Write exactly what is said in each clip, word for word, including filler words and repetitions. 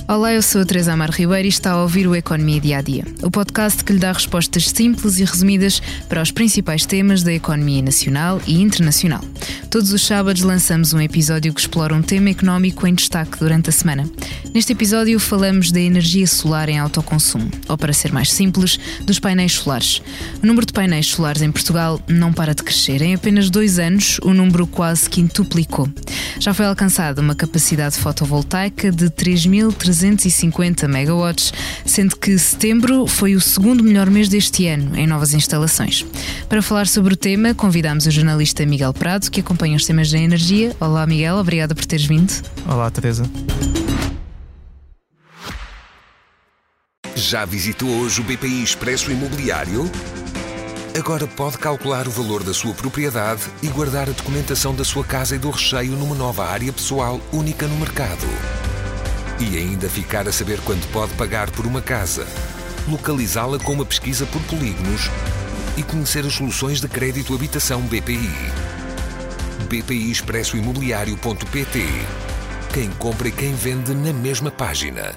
Olá, eu sou a Teresa Amar Ribeiro e está a ouvir o Economia Dia a Dia, o podcast que lhe dá respostas simples e resumidas para os principais temas da economia nacional e internacional. Todos os sábados lançamos um episódio que explora um tema económico em destaque durante a semana. Neste episódio falamos da energia solar em autoconsumo, ou para ser mais simples, dos painéis solares. O número de painéis solares em Portugal não para de crescer. Em apenas dois anos, o número quase quintuplicou. Já foi alcançada uma capacidade fotovoltaica de três mil trezentos e cinquenta megawatts, sendo que setembro foi o segundo melhor mês deste ano em novas instalações. Para falar sobre o tema, convidamos o jornalista Miguel Prado, que acompanha os temas da energia. Olá, Miguel, obrigada por teres vindo. Olá, Teresa. Já visitou hoje o B P I Expresso Imobiliário? Agora pode calcular o valor da sua propriedade e guardar a documentação da sua casa e do recheio numa nova área pessoal única no mercado. E ainda ficar a saber quanto pode pagar por uma casa, localizá-la com uma pesquisa por polígonos e conhecer as soluções de crédito habitação B P I. B P I Expresso Imobiliário ponto P T. Quem compra e quem vende na mesma página.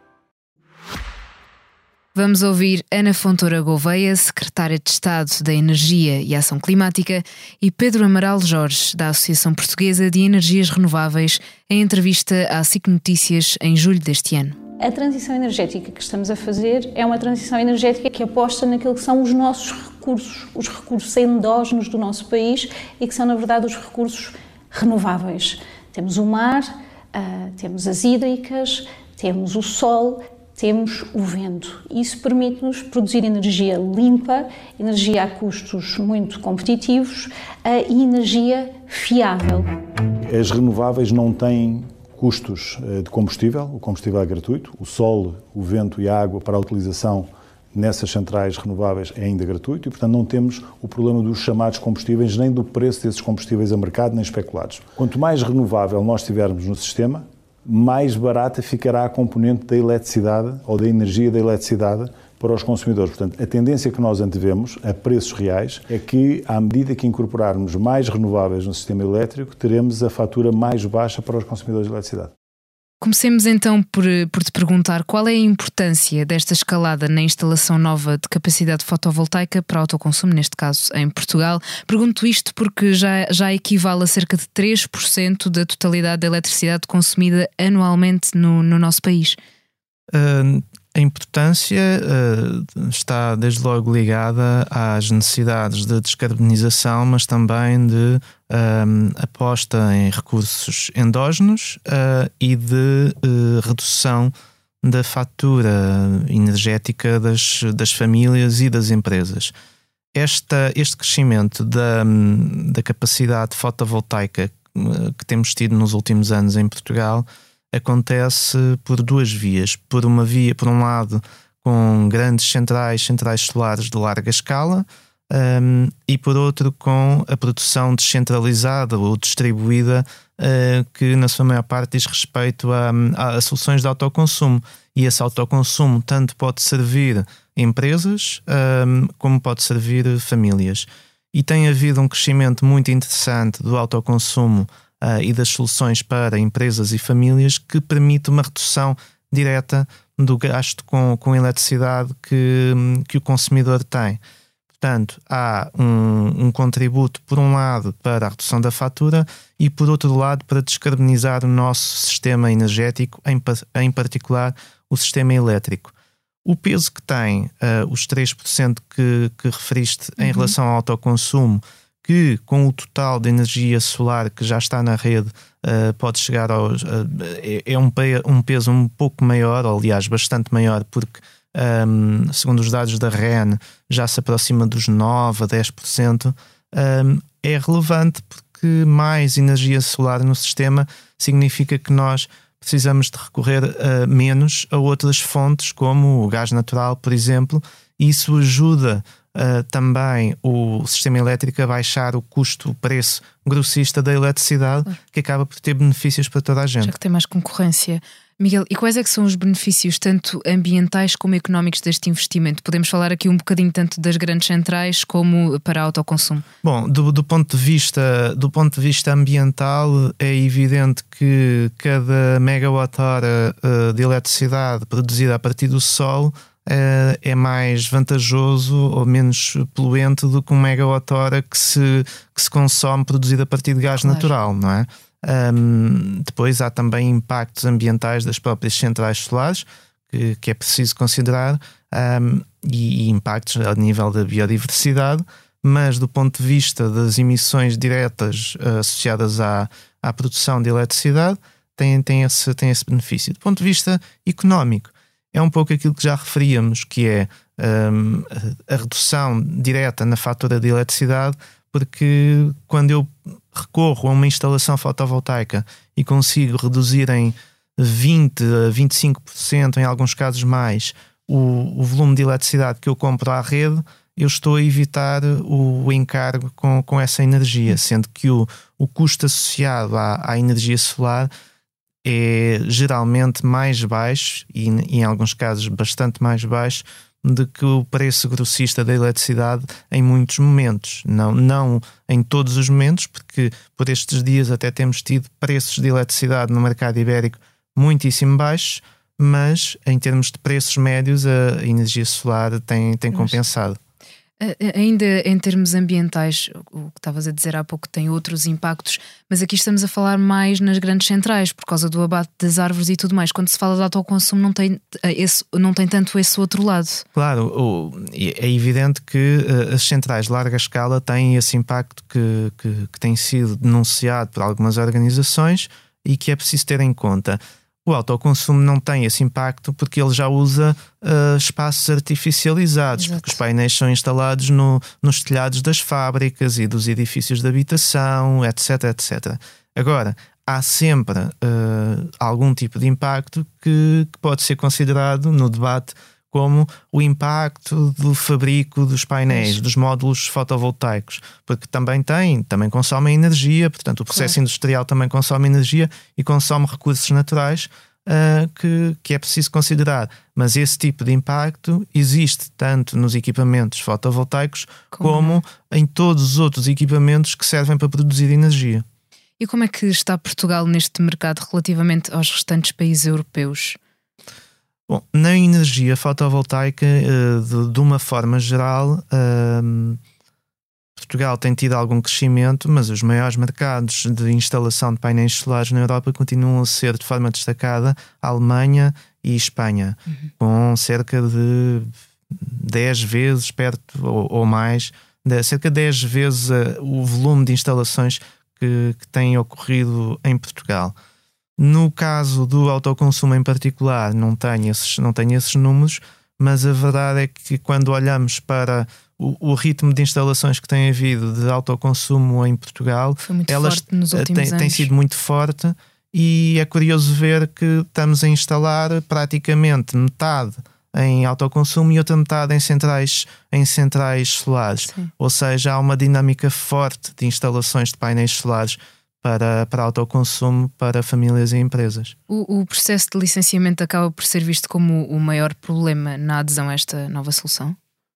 Vamos ouvir Ana Fontoura Gouveia, secretária de Estado da Energia e Ação Climática, e Pedro Amaral Jorge, da Associação Portuguesa de Energias Renováveis, em entrevista à SIC Notícias em julho deste ano. A transição energética que estamos a fazer é uma transição energética que aposta naquilo que são os nossos recursos, os recursos endógenos do nosso país e que são, na verdade, os recursos renováveis. Temos o mar, uh, temos as hídricas, temos o sol, temos o vento. Isso permite-nos produzir energia limpa, energia a custos muito competitivos uh, e energia fiável. As renováveis não têm custos de combustível, o combustível é gratuito, o sol, o vento e a água para a utilização nessas centrais renováveis é ainda gratuito e, portanto, não temos o problema dos chamados combustíveis, nem do preço desses combustíveis a mercado, nem especulados. Quanto mais renovável nós tivermos no sistema, mais barata ficará a componente da eletricidade ou da energia da eletricidade para os consumidores. Portanto, a tendência que nós antevemos a preços reais é que, à medida que incorporarmos mais renováveis no sistema elétrico, teremos a fatura mais baixa para os consumidores de eletricidade. Comecemos então por, por te perguntar qual é a importância desta escalada na instalação nova de capacidade fotovoltaica para autoconsumo, neste caso em Portugal. Pergunto isto porque já, já equivale a cerca de três por cento da totalidade da eletricidade consumida anualmente no, no nosso país. Uh, a importância uh, está desde logo ligada às necessidades de descarbonização, mas também de uh, aposta em recursos endógenos uh, e de uh, redução da fatura energética das, das famílias e das empresas. Esta, este crescimento da, da capacidade fotovoltaica que temos tido nos últimos anos em Portugal acontece por duas vias. Por uma via, por um lado, com grandes centrais, centrais solares de larga escala, um, e por outro, com a produção descentralizada ou distribuída, uh, que na sua maior parte diz respeito a, a, a soluções de autoconsumo. E esse autoconsumo tanto pode servir empresas um, como pode servir famílias. E tem havido um crescimento muito interessante do autoconsumo Uh, e das soluções para empresas e famílias que permite uma redução direta do gasto com, com eletricidade que, que o consumidor tem. Portanto, há um, um contributo, por um lado, para a redução da fatura e, por outro lado, para descarbonizar o nosso sistema energético, em, em particular o sistema elétrico. O peso que tem uh, os três por cento que, que referiste uhum. em relação ao autoconsumo, que com o total de energia solar que já está na rede uh, pode chegar aos... Uh, é é um, pe- um peso um pouco maior, ou, aliás, bastante maior, porque, um, segundo os dados da R E N, já se aproxima dos nove a dez por cento. Um, é relevante porque mais energia solar no sistema significa que nós precisamos de recorrer uh, menos a outras fontes, como o gás natural, por exemplo. Isso ajuda uh, também o sistema elétrico a baixar o custo, o preço grossista da eletricidade, claro, que acaba por ter benefícios para toda a gente. Já que tem mais concorrência. Miguel, e quais é que são os benefícios tanto ambientais como económicos deste investimento? Podemos falar aqui um bocadinho tanto das grandes centrais como para autoconsumo. Bom, do, do, ponto de vista, do ponto de vista ambiental, é evidente que cada megawatt-hora uh, de eletricidade produzida a partir do sol uh, é mais vantajoso ou menos poluente do que um megawatt-hora que se, que se consome produzido a partir de gás, claro, natural, não é? Um, depois há também impactos ambientais das próprias centrais solares que, que é preciso considerar, um, e, e impactos a nível da biodiversidade, mas do ponto de vista das emissões diretas uh, associadas à, à produção de eletricidade tem, tem, esse, tem esse benefício. Do ponto de vista económico, é um pouco aquilo que já referíamos, que é um, a redução direta na fatura de eletricidade, porque quando eu recorro a uma instalação fotovoltaica e consigo reduzir em vinte a vinte e cinco por cento, em alguns casos mais, o, o volume de eletricidade que eu compro à rede, eu estou a evitar o, o encargo com, com essa energia, sendo que o, o custo associado à, à energia solar é geralmente mais baixo e, e em alguns casos bastante mais baixo do que o preço grossista da eletricidade em muitos momentos. Não, não em todos os momentos, porque por estes dias até temos tido preços de eletricidade no mercado ibérico muitíssimo baixos, mas em termos de preços médios a energia solar tem, tem compensado. Ainda em termos ambientais, o que estavas a dizer há pouco tem outros impactos, mas aqui estamos a falar mais nas grandes centrais, por causa do abate das árvores e tudo mais. Quando se fala de autoconsumo não tem, esse, não tem tanto esse outro lado. Claro, é evidente que as centrais de larga escala têm esse impacto que, que, que tem sido denunciado por algumas organizações e que é preciso ter em conta. O autoconsumo não tem esse impacto porque ele já usa uh, espaços artificializados, exato, porque os painéis são instalados no, nos telhados das fábricas e dos edifícios de habitação, etc, etcétera. Agora, há sempre uh, algum tipo de impacto que, que pode ser considerado no debate como o impacto do fabrico dos painéis, Sim. dos módulos fotovoltaicos, porque também tem, também consomem energia, portanto o processo claro. industrial também consome energia e consome recursos naturais uh, que, que é preciso considerar. Mas esse tipo de impacto existe tanto nos equipamentos fotovoltaicos como, como em todos os outros equipamentos que servem para produzir energia. E como é que está Portugal neste mercado relativamente aos restantes países europeus? Bom, na energia fotovoltaica, de, de uma forma geral, um, Portugal tem tido algum crescimento, mas os maiores mercados de instalação de painéis solares na Europa continuam a ser, de forma destacada, a Alemanha e Espanha, uhum. com cerca de dez vezes, perto ou, ou mais, de, cerca de dez vezes uh, o volume de instalações que, que tem ocorrido em Portugal. No caso do autoconsumo em particular, não tenho esses, não tenho esses números, mas a verdade é que quando olhamos para o, o ritmo de instalações que tem havido de autoconsumo em Portugal, elas têm, têm sido muito forte e é curioso ver que estamos a instalar praticamente metade em autoconsumo e outra metade em centrais, em centrais solares. Sim. Ou seja, há uma dinâmica forte de instalações de painéis solares para, para autoconsumo para famílias e empresas. O, o processo de licenciamento acaba por ser visto como o maior problema na adesão a esta nova solução?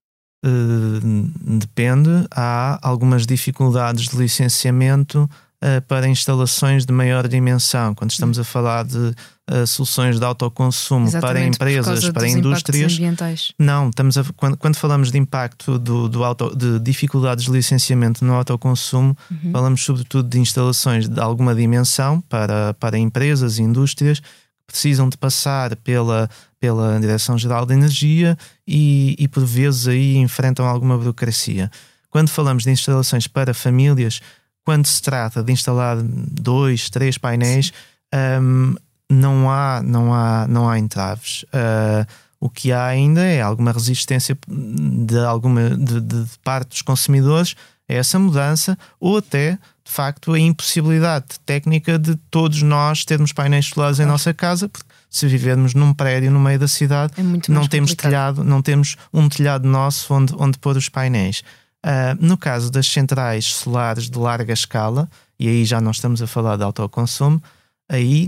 Uh, depende. Há algumas dificuldades de licenciamento uh, para instalações de maior dimensão. Quando estamos a falar de uh, soluções de autoconsumo para empresas, para indústrias, não, estamos a, quando, quando falamos de impacto do, do auto, de dificuldades de licenciamento no autoconsumo, uhum. falamos sobretudo de instalações de alguma dimensão para, para empresas e indústrias que precisam de passar pela, pela Direção-Geral de Energia e, e por vezes aí enfrentam alguma burocracia. Quando falamos de instalações para famílias, quando se trata de instalar dois, três painéis, um, não há, não há, não há entraves. Uh, o que há ainda é alguma resistência de, alguma, de, de parte dos consumidores É essa mudança, ou até, de facto, a impossibilidade técnica de todos nós termos painéis solares em nossa casa, porque se vivermos num prédio no meio da cidade, é muito não temos telhado, não temos um telhado nosso onde, onde pôr os painéis. Uh, no caso das centrais solares de larga escala, e aí já não estamos a falar de autoconsumo, aí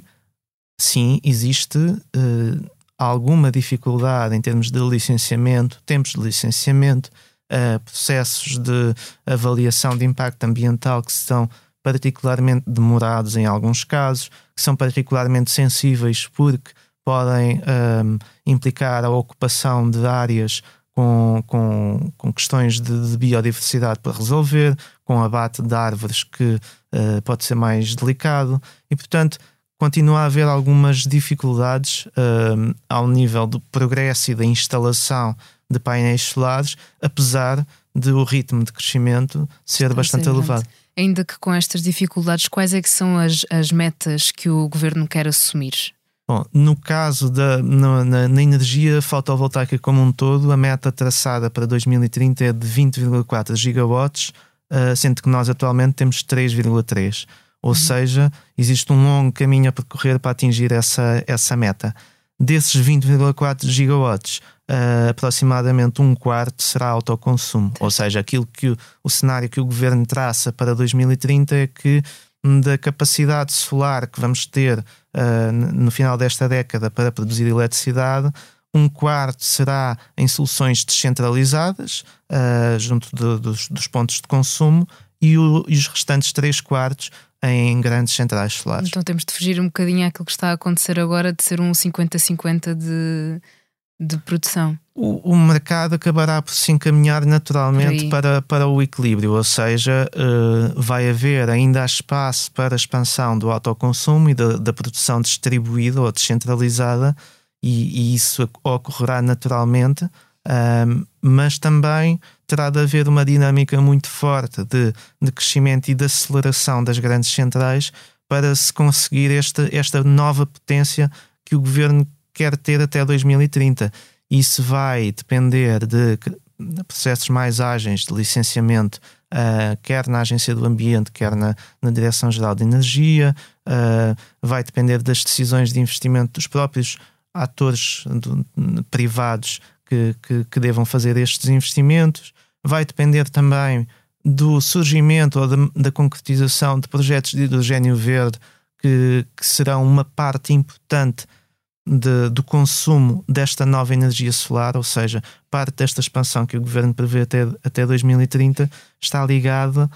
sim existe uh, alguma dificuldade em termos de licenciamento, tempos de licenciamento, uh, processos de avaliação de impacto ambiental que são particularmente demorados em alguns casos, que são particularmente sensíveis porque podem um, implicar a ocupação de áreas com, com, com questões de, de biodiversidade para resolver, com abate de árvores que uh, pode ser mais delicado e, portanto, continua a haver algumas dificuldades uh, ao nível do progresso e da instalação de painéis solares, apesar de o ritmo de crescimento ser Está bastante elevado. Ainda que com estas dificuldades, quais é que são as, as metas que o Governo quer assumir? Bom, no caso da no, na, na energia fotovoltaica como um todo, a meta traçada para dois mil e trinta é de vinte vírgula quatro gigawatts, uh, sendo que nós atualmente temos três vírgula três. Ou uhum. seja, existe um longo caminho a percorrer para atingir essa, essa meta. Desses vinte vírgula quatro gigawatts, uh, aproximadamente um quarto será autoconsumo. Ou seja, aquilo que o, o cenário que o Governo traça para dois mil e trinta é que da capacidade solar que vamos ter uh, no final desta década para produzir eletricidade, um quarto será em soluções descentralizadas, uh, junto de, dos, dos pontos de consumo, e, o, e os restantes três quartos em grandes centrais solares. Então temos de fugir um bocadinho àquilo que está a acontecer agora, de ser um cinquenta cinquenta de, de produção. O, o mercado acabará por se encaminhar naturalmente para, para o equilíbrio, ou seja, uh, vai haver ainda espaço para a expansão do autoconsumo e da, da produção distribuída ou descentralizada, e, e isso ocorrerá naturalmente, uh, mas também terá de haver uma dinâmica muito forte de, de crescimento e de aceleração das grandes centrais para se conseguir esta, esta nova potência que o Governo quer ter até dois mil e trinta. Isso vai depender de processos mais ágeis de licenciamento, uh, quer na Agência do Ambiente, quer na, na Direção-Geral de Energia, uh, vai depender das decisões de investimento dos próprios atores do, privados que, que, que devam fazer estes investimentos, vai depender também do surgimento ou da, da concretização de projetos de hidrogénio verde que, que serão uma parte importante De, do consumo desta nova energia solar, ou seja, parte desta expansão que o Governo prevê até, até dois mil e trinta está ligada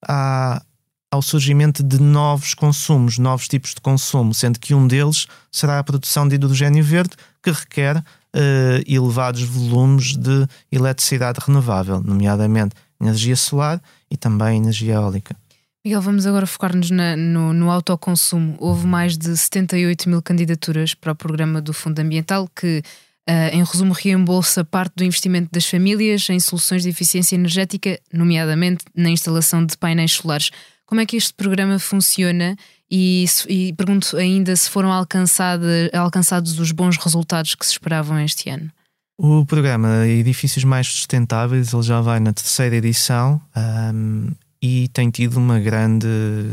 à, ao surgimento de novos consumos, novos tipos de consumo, sendo que um deles será a produção de hidrogénio verde, que requer uh, elevados volumes de eletricidade renovável, nomeadamente energia solar e também energia eólica. Miguel, vamos agora focar-nos na, no, no autoconsumo. Houve mais de setenta e oito mil candidaturas para o programa do Fundo Ambiental que, uh, em resumo, reembolsa parte do investimento das famílias em soluções de eficiência energética, nomeadamente na instalação de painéis solares. Como é que este programa funciona? E, e pergunto ainda se foram alcançada, alcançados os bons resultados que se esperavam este ano. O programa Edifícios Mais Sustentáveis, ele já vai na terceira edição, um, e tem tido uma grande,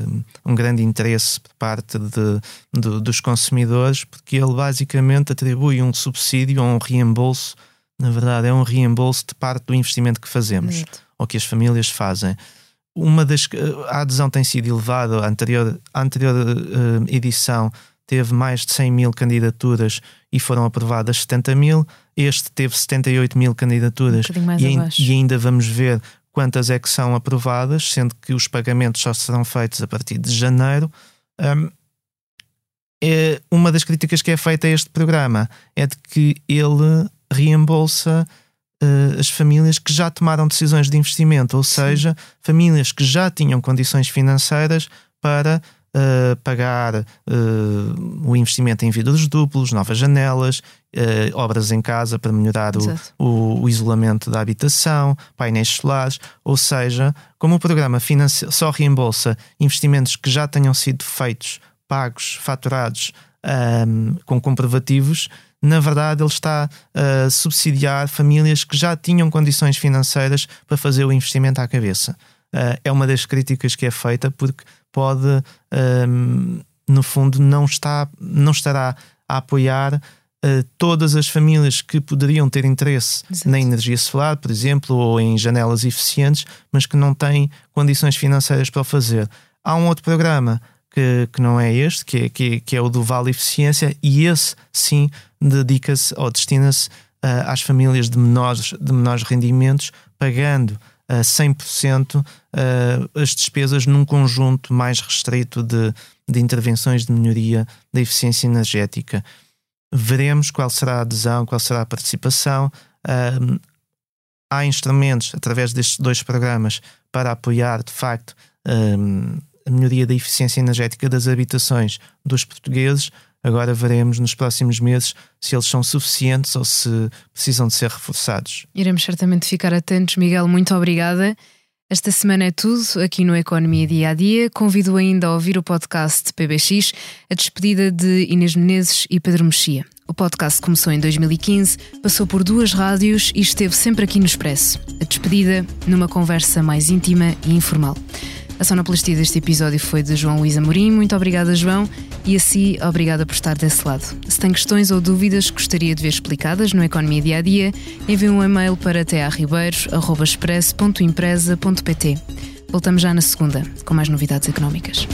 um grande interesse por parte de, de, dos consumidores, porque ele basicamente atribui um subsídio ou um reembolso. Na verdade é um reembolso de parte do investimento que fazemos, Exato. Ou que as famílias fazem. Uma das, a adesão tem sido elevada. A anterior, a anterior uh, edição teve mais de cem mil candidaturas e foram aprovadas setenta mil. Este teve setenta e oito mil candidaturas um e, e ainda vamos ver quantas é que são aprovadas, sendo que os pagamentos só serão feitos a partir de janeiro. Um, é, uma das críticas que é feita a este programa é de que ele reembolsa uh, as famílias que já tomaram decisões de investimento, ou seja, Sim. famílias que já tinham condições financeiras para uh, pagar uh, o investimento em vidros duplos, novas janelas, Uh, obras em casa para melhorar o, o, o isolamento da habitação, painéis solares, ou seja, como o programa financi- só reembolsa investimentos que já tenham sido feitos, pagos, faturados um, com comprovativos, na verdade ele está a subsidiar famílias que já tinham condições financeiras para fazer o investimento à cabeça. uh, é uma das críticas que é feita, porque pode, um, no fundo, não, está, não estará a apoiar uh, todas as famílias que poderiam ter interesse Exato. Na energia solar, por exemplo, ou em janelas eficientes, mas que não têm condições financeiras para o fazer. Há um outro programa que, que não é este, que é, que, que é o do Vale Eficiência, e esse sim dedica-se ou destina-se uh, às famílias de menores, de menores rendimentos, pagando uh, cem por cento uh, as despesas num conjunto mais restrito de, de intervenções de melhoria da eficiência energética. Veremos qual será a adesão, qual será a participação. Uh, há instrumentos, através destes dois programas, para apoiar, de facto, uh, a melhoria da eficiência energética das habitações dos portugueses. Agora veremos nos próximos meses se eles são suficientes ou se precisam de ser reforçados. Iremos certamente ficar atentos. Miguel, muito obrigada. Esta semana é tudo aqui no Economia Dia a Dia. Convido ainda a ouvir o podcast P B X, a despedida de Inês Menezes e Pedro Mexia. O podcast começou em dois mil e quinze, passou por duas rádios e esteve sempre aqui no Expresso. A despedida numa conversa mais íntima e informal. A sonoplastia deste episódio foi de João Luís Amorim. Muito obrigada, João, e a si, obrigada por estar desse lado. Se tem questões ou dúvidas que gostaria de ver explicadas no Economia Dia a Dia, envie um e-mail para t a ribeiros arroba expresso ponto empresa ponto p t. Voltamos já na segunda, com mais novidades económicas.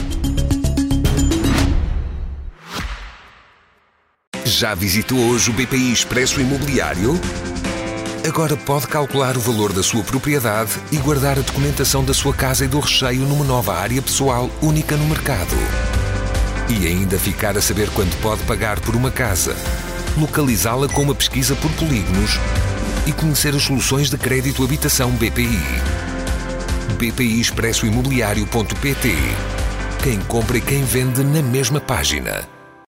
Já visitou hoje o B P I Expresso Imobiliário? Agora pode calcular o valor da sua propriedade e guardar a documentação da sua casa e do recheio numa nova área pessoal única no mercado. E ainda ficar a saber quanto pode pagar por uma casa, localizá-la com uma pesquisa por polígonos e conhecer as soluções de crédito habitação B P I. B P I Expresso Imobiliário ponto p t. Quem compra e quem vende na mesma página.